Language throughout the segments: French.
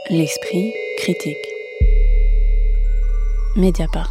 L'esprit critique. Mediapart.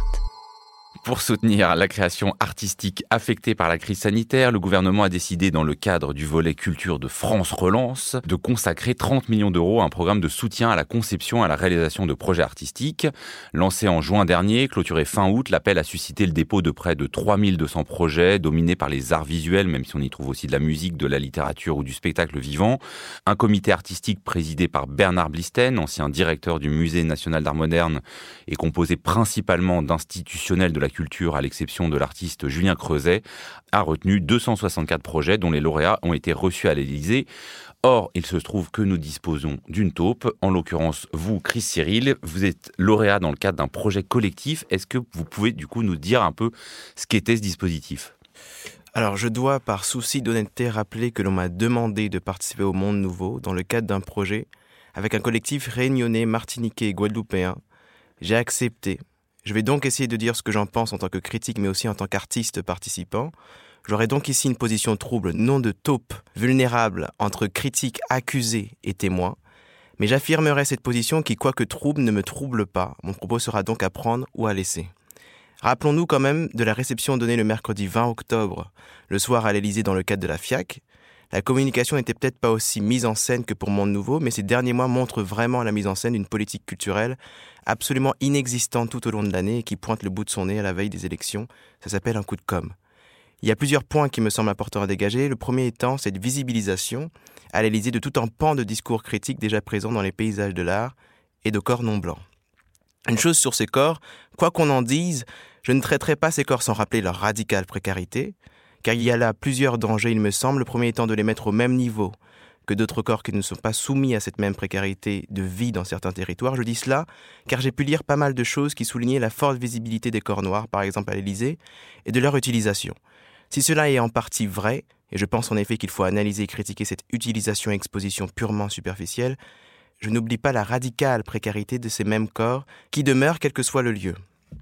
Pour soutenir la création artistique affectée par la crise sanitaire, le gouvernement a décidé, dans le cadre du volet culture de France Relance, de consacrer 30 millions d'euros à un programme de soutien à la conception et à la réalisation de projets artistiques. Lancé en juin dernier, clôturé fin août, l'appel a suscité le dépôt de près de 3200 projets dominés par les arts visuels, même si on y trouve aussi de la musique, de la littérature ou du spectacle vivant. Un comité artistique présidé par Bernard Blisten, ancien directeur du Musée national d'art moderne, et composé principalement d'institutionnels de la culture, à l'exception de l'artiste Julien Creuset, a retenu 264 projets dont les lauréats ont été reçus à l'Élysée. Or, il se trouve que nous disposons d'une taupe. En l'occurrence, vous, Chris Cyril, vous êtes lauréat dans le cadre d'un projet collectif. Est-ce que vous pouvez du coup nous dire un peu ce qu'était ce dispositif ? Alors, je dois, par souci d'honnêteté, rappeler que l'on m'a demandé de participer au Monde Nouveau dans le cadre d'un projet avec un collectif réunionnais, martiniquais et guadeloupéen. J'ai accepté. Je vais donc essayer de dire ce que j'en pense en tant que critique, mais aussi en tant qu'artiste participant. J'aurai donc ici une position trouble, non de taupe, vulnérable, entre critique, accusé et témoin. Mais j'affirmerai cette position qui, quoique trouble, ne me trouble pas. Mon propos sera donc à prendre ou à laisser. Rappelons-nous quand même de la réception donnée le mercredi 20 octobre, le soir à l'Élysée dans le cadre de la FIAC. La communication n'était peut-être pas aussi mise en scène que pour Monde Nouveau, mais ces derniers mois montrent vraiment la mise en scène d'une politique culturelle absolument inexistante tout au long de l'année et qui pointe le bout de son nez à la veille des élections. Ça s'appelle un coup de com'. Il y a plusieurs points qui me semblent importants à dégager. Le premier étant cette visibilisation à l'Élysée de tout un pan de discours critiques déjà présents dans les paysages de l'art et de corps non blancs. Une chose sur ces corps, quoi qu'on en dise, je ne traiterai pas ces corps sans rappeler leur radicale précarité, car il y a là plusieurs dangers, il me semble, le premier étant de les mettre au même niveau que d'autres corps qui ne sont pas soumis à cette même précarité de vie dans certains territoires. Je dis cela car j'ai pu lire pas mal de choses qui soulignaient la forte visibilité des corps noirs, par exemple à l'Élysée, et de leur utilisation. Si cela est en partie vrai, et je pense en effet qu'il faut analyser et critiquer cette utilisation et exposition purement superficielle, je n'oublie pas la radicale précarité de ces mêmes corps qui demeurent quel que soit le lieu.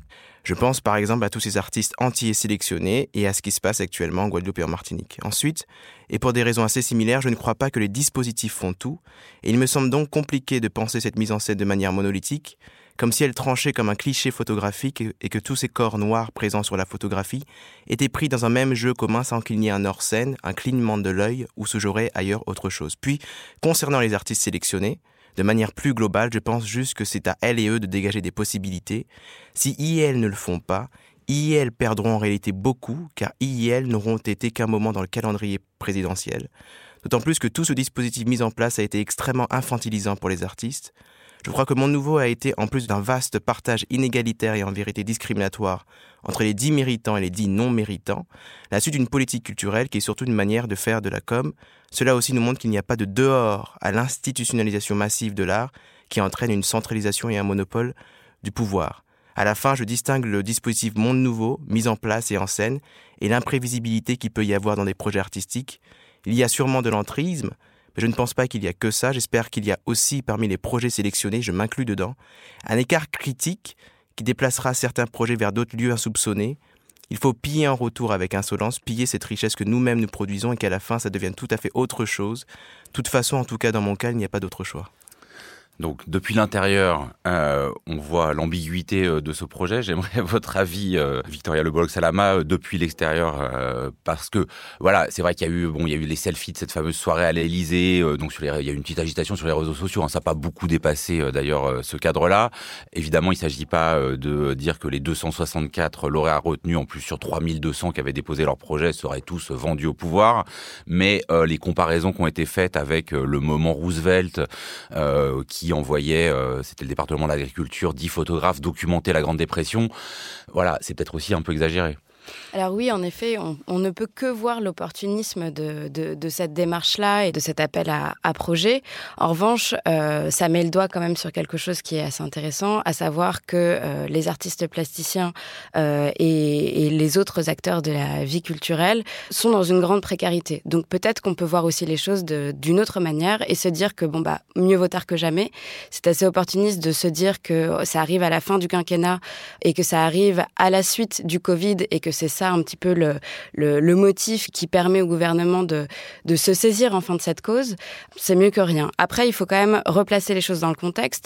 Je pense par exemple à tous ces artistes antillais sélectionnés et à ce qui se passe actuellement en Guadeloupe et en Martinique. Ensuite, et pour des raisons assez similaires, je ne crois pas que les dispositifs font tout, et il me semble donc compliqué de penser cette mise en scène de manière monolithique, comme si elle tranchait comme un cliché photographique et que tous ces corps noirs présents sur la photographie étaient pris dans un même jeu commun sans qu'il n'y ait un hors-scène, un clignement de l'œil ou se jouerait ailleurs autre chose. Puis, concernant les artistes sélectionnés, de manière plus globale, je pense juste que c'est à elles et eux de dégager des possibilités. Si IEL ne le font pas, IEL perdront en réalité beaucoup, car IEL n'auront été qu'un moment dans le calendrier présidentiel. D'autant plus que tout ce dispositif mis en place a été extrêmement infantilisant pour les artistes. Je crois que Monde Nouveau a été, en plus d'un vaste partage inégalitaire et en vérité discriminatoire entre les dits méritants et les dits non méritants, la suite d'une politique culturelle qui est surtout une manière de faire de la com'. Cela aussi nous montre qu'il n'y a pas de dehors à l'institutionnalisation massive de l'art qui entraîne une centralisation et un monopole du pouvoir. À la fin, je distingue le dispositif Monde Nouveau, mis en place et en scène, et l'imprévisibilité qu'il peut y avoir dans des projets artistiques. Il y a sûrement de l'entrisme, mais je ne pense pas qu'il y a que ça. J'espère qu'il y a aussi, parmi les projets sélectionnés, je m'inclus dedans, un écart critique qui déplacera certains projets vers d'autres lieux insoupçonnés. Il faut piller en retour avec insolence, piller cette richesse que nous-mêmes nous produisons et qu'à la fin, ça devienne tout à fait autre chose. De toute façon, en tout cas dans mon cas, il n'y a pas d'autre choix. Donc, depuis l'intérieur, on voit l'ambiguïté de ce projet. J'aimerais votre avis, Victoria Le Bolloc-Salama, depuis l'extérieur, parce que, voilà, c'est vrai qu'il y a eu les selfies de cette fameuse soirée à l'Élysée, donc il y a eu une petite agitation sur les réseaux sociaux, hein, ça n'a pas beaucoup dépassé, d'ailleurs, ce cadre-là. Évidemment, il ne s'agit pas de dire que les 264 lauréats retenus, en plus sur 3200 qui avaient déposé leur projet, seraient tous vendus au pouvoir, mais les comparaisons qui ont été faites avec le moment Roosevelt, qui envoyait, c'était le département de l'agriculture, 10 photographes documenter la Grande Dépression. Voilà, c'est peut-être aussi un peu exagéré. Alors oui, en effet, on ne peut que voir l'opportunisme de cette démarche-là et de cet appel à projet. En revanche, ça met le doigt quand même sur quelque chose qui est assez intéressant, à savoir que les artistes plasticiens et les autres acteurs de la vie culturelle sont dans une grande précarité. Donc peut-être qu'on peut voir aussi les choses d'une autre manière et se dire que mieux vaut tard que jamais. C'est assez opportuniste de se dire que ça arrive à la fin du quinquennat et que ça arrive à la suite du Covid et que c'est ça un petit peu le motif qui permet au gouvernement de se saisir enfin de cette cause, c'est mieux que rien. Après, il faut quand même replacer les choses dans le contexte.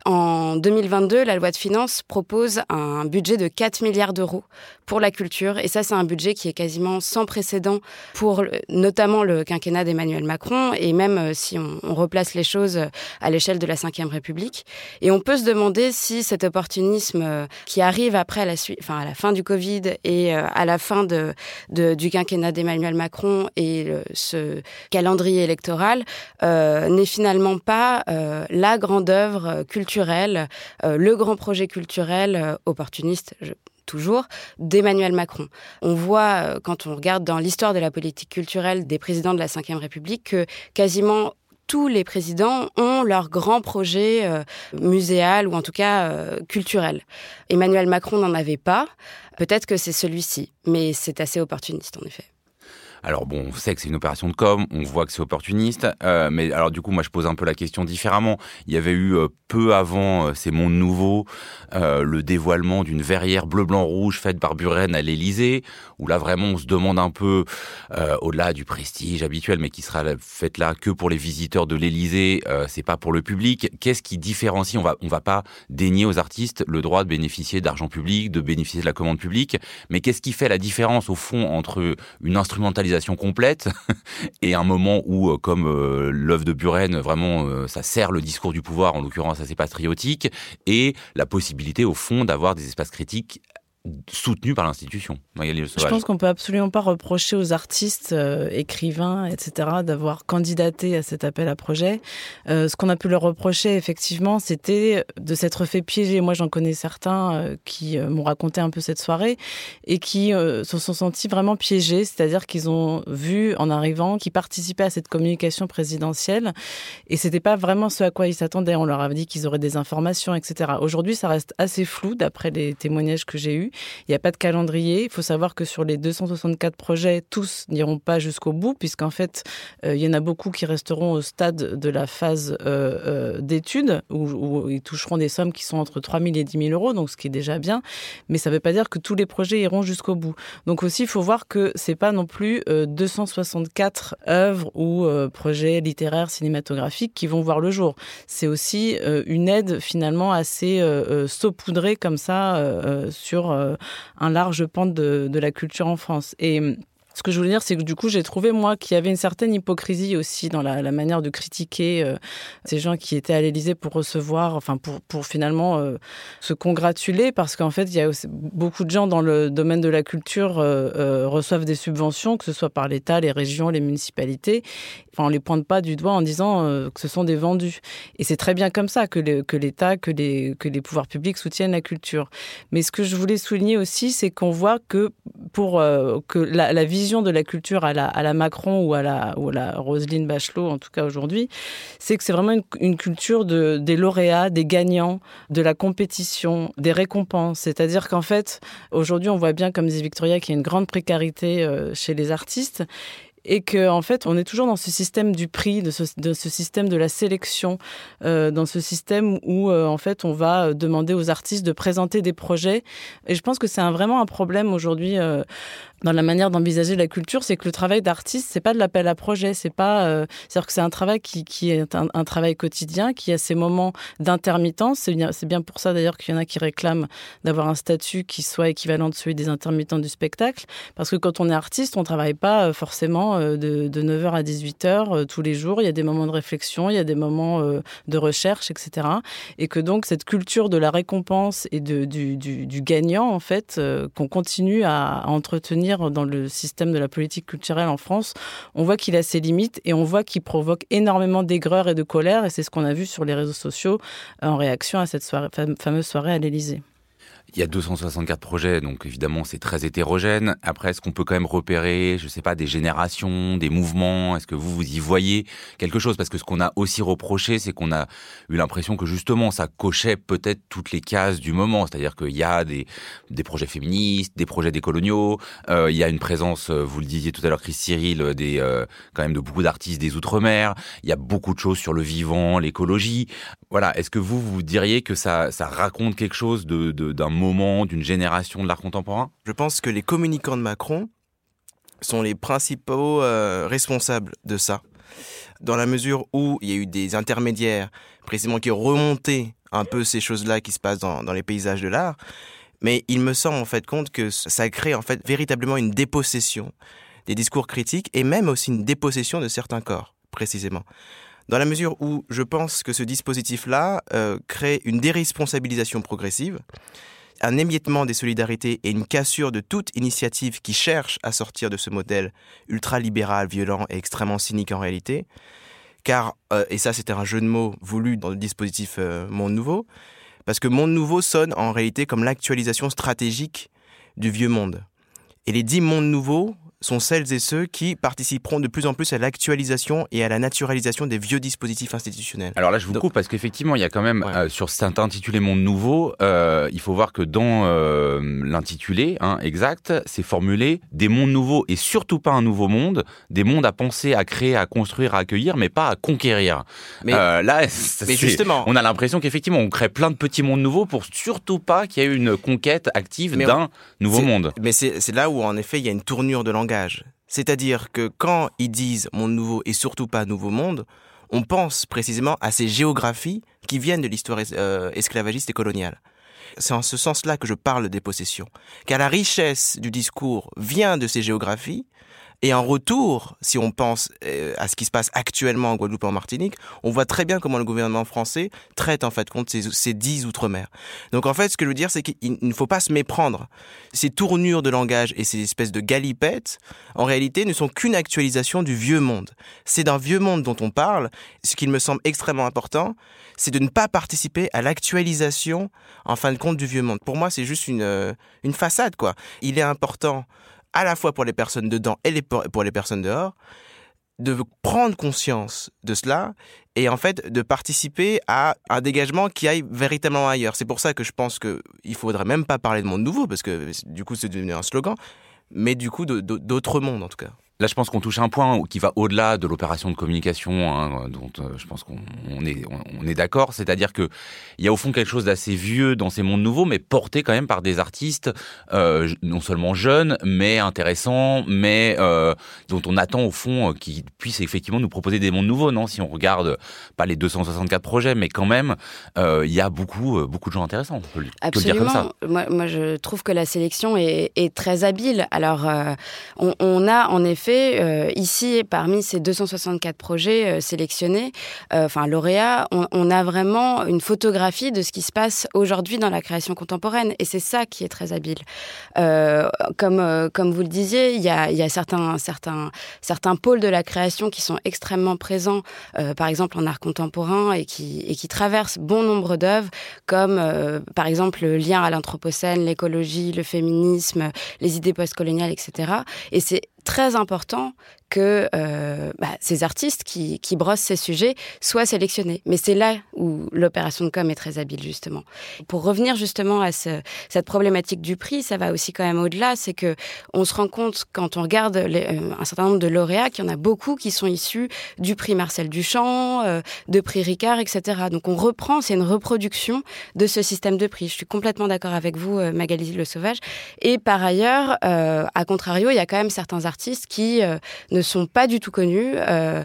En 2022, la loi de finances propose un budget de 4 milliards d'euros pour la culture. Et ça, c'est un budget qui est quasiment sans précédent pour notamment le quinquennat d'Emmanuel Macron et même si on replace les choses à l'échelle de la Ve République. Et on peut se demander si cet opportunisme qui arrive après à la fin du Covid et à la fin du quinquennat d'Emmanuel Macron et ce calendrier électoral n'est finalement pas la grande œuvre culturelle, le grand projet culturel opportuniste, toujours, d'Emmanuel Macron. On voit, quand on regarde dans l'histoire de la politique culturelle des présidents de la Ve République, que quasiment tous les présidents ont leur grand projet muséal ou en tout cas culturel. Emmanuel Macron n'en avait pas. Peut-être que c'est celui-ci, mais c'est assez opportuniste en effet. Alors bon, on sait que c'est une opération de com, on voit que c'est opportuniste, mais alors du coup, moi je pose un peu la question différemment. Il y avait eu peu avant ces mondes nouveaux, le dévoilement d'une verrière bleu-blanc-rouge faite par Buren à l'Élysée, où là vraiment on se demande un peu, au-delà du prestige habituel, mais qui sera faite là que pour les visiteurs de l'Élysée, c'est pas pour le public. Qu'est-ce qui différencie ? On va pas dénier aux artistes le droit de bénéficier d'argent public, de bénéficier de la commande publique, mais qu'est-ce qui fait la différence au fond entre une instrumentalisation complète et un moment où, comme l'œuvre de Buren, vraiment, ça sert le discours du pouvoir, en l'occurrence assez patriotique, et la possibilité, au fond, d'avoir des espaces critiques soutenus par l'institution. Je pense qu'on peut absolument pas reprocher aux artistes, écrivains, etc., d'avoir candidaté à cet appel à projet. Ce qu'on a pu leur reprocher, effectivement, c'était de s'être fait piéger. Moi, j'en connais certains qui m'ont raconté un peu cette soirée et qui se sont sentis vraiment piégés, c'est-à-dire qu'ils ont vu, en arrivant, qu'ils participaient à cette communication présidentielle et c'était pas vraiment ce à quoi ils s'attendaient. On leur avait dit qu'ils auraient des informations, etc. Aujourd'hui, ça reste assez flou, d'après les témoignages que j'ai eus. Il n'y a pas de calendrier. Il faut savoir que sur les 264 projets, tous n'iront pas jusqu'au bout, puisqu'en fait, il y en a beaucoup qui resteront au stade de la phase d'études, où ils toucheront des sommes qui sont entre 3 000 et 10 000 euros, donc ce qui est déjà bien. Mais ça ne veut pas dire que tous les projets iront jusqu'au bout. Donc aussi, il faut voir que ce n'est pas non plus 264 œuvres ou projets littéraires, cinématographiques qui vont voir le jour. C'est aussi une aide finalement assez saupoudrée comme ça sur un large pan de la culture en France. Et ce que je voulais dire, c'est que du coup, j'ai trouvé, moi, qu'il y avait une certaine hypocrisie aussi dans la manière de critiquer ces gens qui étaient à l'Élysée pour recevoir, enfin, pour finalement se congratuler, parce qu'en fait, il y a aussi beaucoup de gens dans le domaine de la culture reçoivent des subventions, que ce soit par l'État, les régions, les municipalités. Enfin, on les pointe pas du doigt en disant que ce sont des vendus. Et c'est très bien comme ça que l'État, que les pouvoirs publics soutiennent la culture. Mais ce que je voulais souligner aussi, c'est qu'on voit que pour que la vision de la culture à la Macron ou à la Roselyne Bachelot, en tout cas aujourd'hui, c'est que c'est vraiment une culture des lauréats, des gagnants, de la compétition, des récompenses. C'est-à-dire qu'en fait, aujourd'hui, on voit bien, comme disait Victoria, qu'il y a une grande précarité chez les artistes. Et qu'en fait, on est toujours dans ce système du prix, de ce système de la sélection, dans ce système où, en fait, on va demander aux artistes de présenter des projets. Et je pense que c'est vraiment un problème aujourd'hui dans la manière d'envisager la culture, c'est que le travail d'artiste, c'est pas de l'appel à projet, c'est-à-dire que c'est un travail qui est un travail quotidien, qui a ses moments d'intermittence. C'est bien pour ça d'ailleurs qu'il y en a qui réclament d'avoir un statut qui soit équivalent de celui des intermittents du spectacle, parce que quand on est artiste, on travaille pas forcément de 9h à 18h tous les jours. Il y a des moments de réflexion, il y a des moments de recherche, etc. Et que donc cette culture de la récompense et du gagnant, en fait, qu'on continue à entretenir dans le système de la politique culturelle en France, on voit qu'il a ses limites et on voit qu'il provoque énormément d'aigreur et de colère, et c'est ce qu'on a vu sur les réseaux sociaux en réaction à cette fameuse soirée à l'Élysée. Il y a 264 projets, donc évidemment c'est très hétérogène. Après, est-ce qu'on peut quand même repérer, je sais pas, des générations, des mouvements ? Est-ce que vous y voyez quelque chose ? Parce que ce qu'on a aussi reproché, c'est qu'on a eu l'impression que justement ça cochait peut-être toutes les cases du moment. C'est-à-dire qu'il y a des projets féministes, des projets décoloniaux, il y a une présence, vous le disiez tout à l'heure, Chris Cyril, quand même de beaucoup d'artistes des Outre-mer. Il y a beaucoup de choses sur le vivant, l'écologie. Voilà. Est-ce que vous diriez que ça raconte quelque chose d'un moment, d'une génération de l'art contemporain ? Je pense que les communicants de Macron sont les principaux responsables de ça, dans la mesure où il y a eu des intermédiaires précisément qui ont remonté un peu ces choses-là qui se passent dans les paysages de l'art, mais il me semble en fait compte que ça crée en fait véritablement une dépossession des discours critiques et même aussi une dépossession de certains corps, précisément. Dans la mesure où je pense que ce dispositif-là crée une déresponsabilisation progressive, un émiettement des solidarités et une cassure de toute initiative qui cherche à sortir de ce modèle ultralibéral, violent et extrêmement cynique en réalité. Car, et ça c'était un jeu de mots voulu dans le dispositif Monde Nouveau, parce que Monde Nouveau sonne en réalité comme l'actualisation stratégique du vieux monde. Et les 10 mondes nouveaux sont celles et ceux qui participeront de plus en plus à l'actualisation et à la naturalisation des vieux dispositifs institutionnels. Alors là, je vous coupe parce qu'effectivement, il y a quand même, sur cet intitulé Monde Nouveau, il faut voir que dans l'intitulé exact, c'est formulé des mondes nouveaux et surtout pas un nouveau monde, des mondes à penser, à créer, à construire, à accueillir, mais pas à conquérir. Mais là, justement, on a l'impression qu'effectivement, on crée plein de petits mondes nouveaux pour surtout pas qu'il y ait une conquête active d'un nouveau monde. Mais c'est là où, en effet, il y a une tournure de langage. C'est-à-dire que quand ils disent monde nouveau et surtout pas nouveau monde, on pense précisément à ces géographies qui viennent de l'histoire esclavagiste et coloniale. C'est en ce sens-là que je parle des possessions. Car la richesse du discours vient de ces géographies. Et en retour, si on pense à ce qui se passe actuellement en Guadeloupe et en Martinique, on voit très bien comment le gouvernement français traite en fait compte ces 10 outre-mer. Donc en fait, ce que je veux dire, c'est qu'il ne faut pas se méprendre. Ces tournures de langage et ces espèces de galipettes, en réalité, ne sont qu'une actualisation du vieux monde. C'est d'un vieux monde dont on parle. Ce qui me semble extrêmement important, c'est de ne pas participer à l'actualisation, en fin de compte, du vieux monde. Pour moi, c'est juste une façade, quoi. Il est important, à la fois pour les personnes dedans et pour les personnes dehors, de prendre conscience de cela et en fait de participer à un dégagement qui aille véritablement ailleurs. C'est pour ça que je pense qu'il faudrait même pas parler de monde nouveau, parce que du coup c'est devenu un slogan, mais du coup d'autres mondes en tout cas. Là, je pense qu'on touche un point qui va au-delà de l'opération de communication, dont je pense qu'on est d'accord. C'est-à-dire que il y a au fond quelque chose d'assez vieux dans ces mondes nouveaux, mais porté quand même par des artistes non seulement jeunes, mais intéressants, mais dont on attend au fond qu'ils puissent effectivement nous proposer des mondes nouveaux. Non, si on regarde pas les 264 projets, mais quand même, il y a beaucoup de gens intéressants. On peut Absolument. le dire comme ça. Moi, je trouve que la sélection est très habile. Alors, on a en effet ici, parmi ces 264 projets sélectionnés, lauréats, on a vraiment une photographie de ce qui se passe aujourd'hui dans la création contemporaine. Et c'est ça qui est très habile. Comme vous le disiez, il y a certains pôles de la création qui sont extrêmement présents, par exemple en art contemporain, et qui traversent bon nombre d'œuvres, comme par exemple le lien à l'anthropocène, l'écologie, le féminisme, les idées postcoloniales, etc. Et c'est très important que ces artistes qui brossent ces sujets soient sélectionnés. Mais c'est là où l'opération de com est très habile, justement. Pour revenir justement à cette problématique du prix, ça va aussi quand même au-delà, c'est que on se rend compte, quand on regarde un certain nombre de lauréats, qu'il y en a beaucoup qui sont issus du prix Marcel Duchamp, de prix Ricard, etc. Donc on reprend, c'est une reproduction de ce système de prix. Je suis complètement d'accord avec vous, Magali Le Sauvage. Et par ailleurs, à contrario, il y a quand même certains artistes qui ne sont pas du tout connus,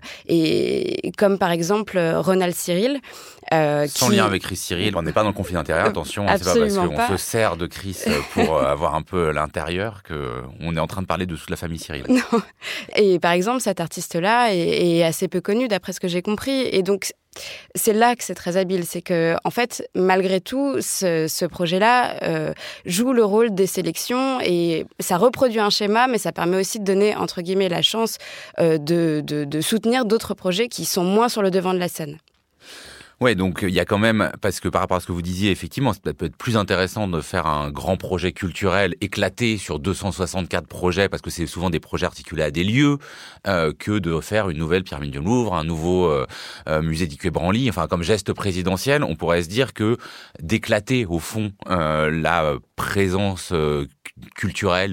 et comme par exemple Ronald Cyril. Sans lien avec Chris Cyril, on n'est pas dans le conflit d'intérêt, attention, c'est pas parce qu'on se sert de Chris pour avoir un peu l'intérieur qu'on est en train de parler de toute la famille Cyril. Non. Et par exemple, cet artiste-là est assez peu connu d'après ce que j'ai compris, et donc c'est là que c'est très habile, c'est que en fait, malgré tout, ce projet-là joue le rôle des sélections, et ça reproduit un schéma, mais ça permet aussi de donner entre guillemets la chance de soutenir d'autres projets qui sont moins sur le devant de la scène. Ouais, donc il y a quand même, parce que par rapport à ce que vous disiez, effectivement, ça peut être plus intéressant de faire un grand projet culturel éclaté sur 264 projets, parce que c'est souvent des projets articulés à des lieux, que de faire une nouvelle pyramide du Louvre, un nouveau musée d'Icue-Branly. Enfin, comme geste présidentiel, on pourrait se dire que d'éclater au fond la présence culturelle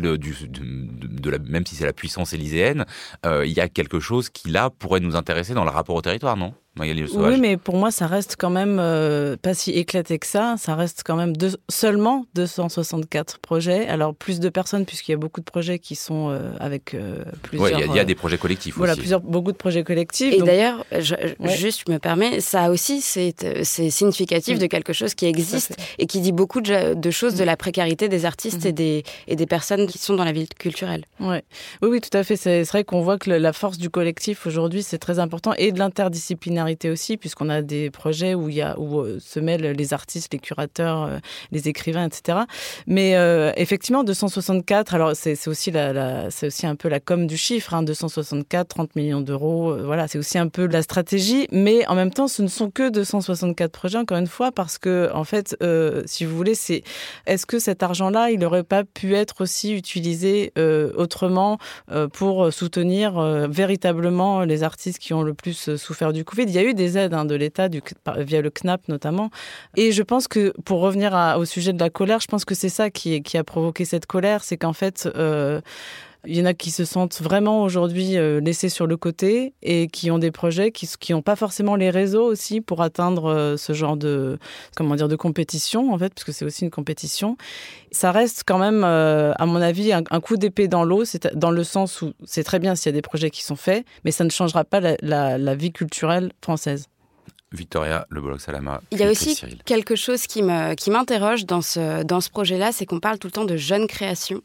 même si c'est la puissance élyséenne, il y a quelque chose qui là pourrait nous intéresser dans le rapport au territoire, non ? Magali Sauvage. Oui, mais pour moi, ça reste quand même pas si éclaté que ça. Ça reste quand même seulement 264 projets. Alors, plus de personnes, puisqu'il y a beaucoup de projets qui sont avec plusieurs... Oui, il y a des projets collectifs voilà, aussi. Beaucoup de projets collectifs. Et donc... d'ailleurs, juste, je me permets, ça aussi, c'est significatif de quelque chose qui existe et qui dit beaucoup de choses de la précarité des artistes et des personnes qui sont dans la vie culturelle. Oui, tout à fait. C'est vrai qu'on voit que la force du collectif aujourd'hui, c'est très important, et de l'interdisciplinarité aussi, puisqu'on a des projets où se mêlent les artistes, les curateurs, les écrivains, etc. Mais effectivement, 264, alors c'est aussi c'est aussi un peu la com du chiffre, 264, 30 millions d'euros, voilà, c'est aussi un peu la stratégie, mais en même temps, ce ne sont que 264 projets, encore une fois, parce que, en fait, si vous voulez, est-ce que cet argent-là, il n'aurait pas pu être aussi utilisé autrement pour soutenir véritablement les artistes qui ont le plus souffert du Covid? Il y a eu des aides de l'État, via le CNAP notamment. Et je pense que, pour revenir au sujet de la colère, je pense que c'est ça qui a provoqué cette colère, c'est qu'en fait... il y en a qui se sentent vraiment aujourd'hui laissés sur le côté et qui ont des projets qui n'ont pas forcément les réseaux aussi pour atteindre ce genre de compétition, en fait, parce que c'est aussi une compétition. Ça reste quand même, à mon avis, un coup d'épée dans l'eau, c'est dans le sens où c'est très bien s'il y a des projets qui sont faits, mais ça ne changera pas la vie culturelle française. Victoria Le Bolloc-Salama. Il y a aussi quelque chose qui m'interroge dans ce projet-là, c'est qu'on parle tout le temps de jeunes créations.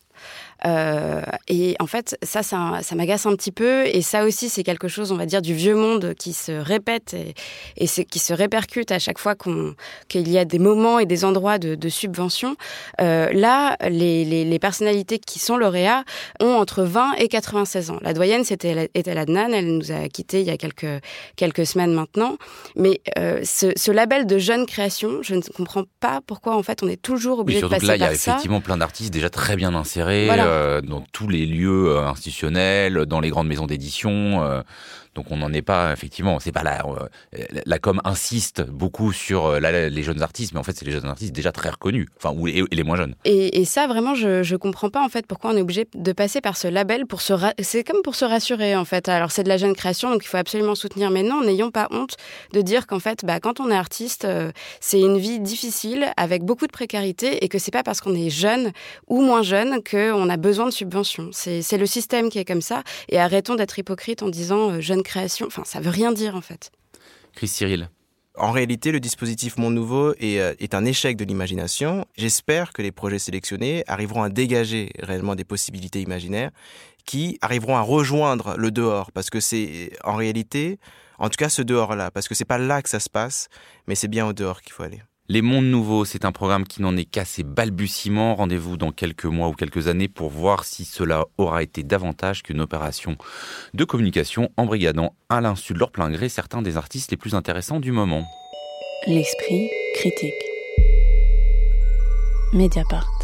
Et en fait, ça m'agace un petit peu. Et ça aussi, c'est quelque chose, on va dire, du vieux monde qui se répète et qui se répercute à chaque fois qu'il y a des moments et des endroits de subvention. Là, les personnalités qui sont lauréats ont entre 20 et 96 ans. La doyenne, c'était Adnan. Elle nous a quittés il y a quelques semaines maintenant. Mais ce label de jeune création, je ne comprends pas pourquoi, en fait, on est toujours obligé de passer par ça. Surtout que là, il y a effectivement plein d'artistes déjà très bien insérés. Voilà. Dans tous les lieux institutionnels, dans les grandes maisons d'édition. Donc on n'en est pas, effectivement, c'est pas la com insiste beaucoup sur les jeunes artistes, mais en fait c'est les jeunes artistes déjà très reconnus, et les moins jeunes. Et ça vraiment je comprends pas en fait pourquoi on est obligé de passer par ce label c'est comme pour se rassurer en fait. Alors c'est de la jeune création donc il faut absolument soutenir, mais non, n'ayons pas honte de dire qu'en fait quand on est artiste c'est une vie difficile avec beaucoup de précarité et que c'est pas parce qu'on est jeune ou moins jeune qu'on a besoin de subventions. C'est le système qui est comme ça, et arrêtons d'être hypocrites en disant jeune création, ça veut rien dire en fait. Chris Cyril. En réalité, le dispositif Monde Nouveau est un échec de l'imagination. J'espère que les projets sélectionnés arriveront à dégager réellement des possibilités imaginaires qui arriveront à rejoindre le dehors, parce que c'est en réalité, en tout cas ce dehors-là, parce que c'est pas là que ça se passe, mais c'est bien au dehors qu'il faut aller. Les Mondes Nouveaux, c'est un programme qui n'en est qu'à ses balbutiements. Rendez-vous dans quelques mois ou quelques années pour voir si cela aura été davantage qu'une opération de communication embrigadant à l'insu de leur plein gré certains des artistes les plus intéressants du moment. L'esprit critique. Mediapart.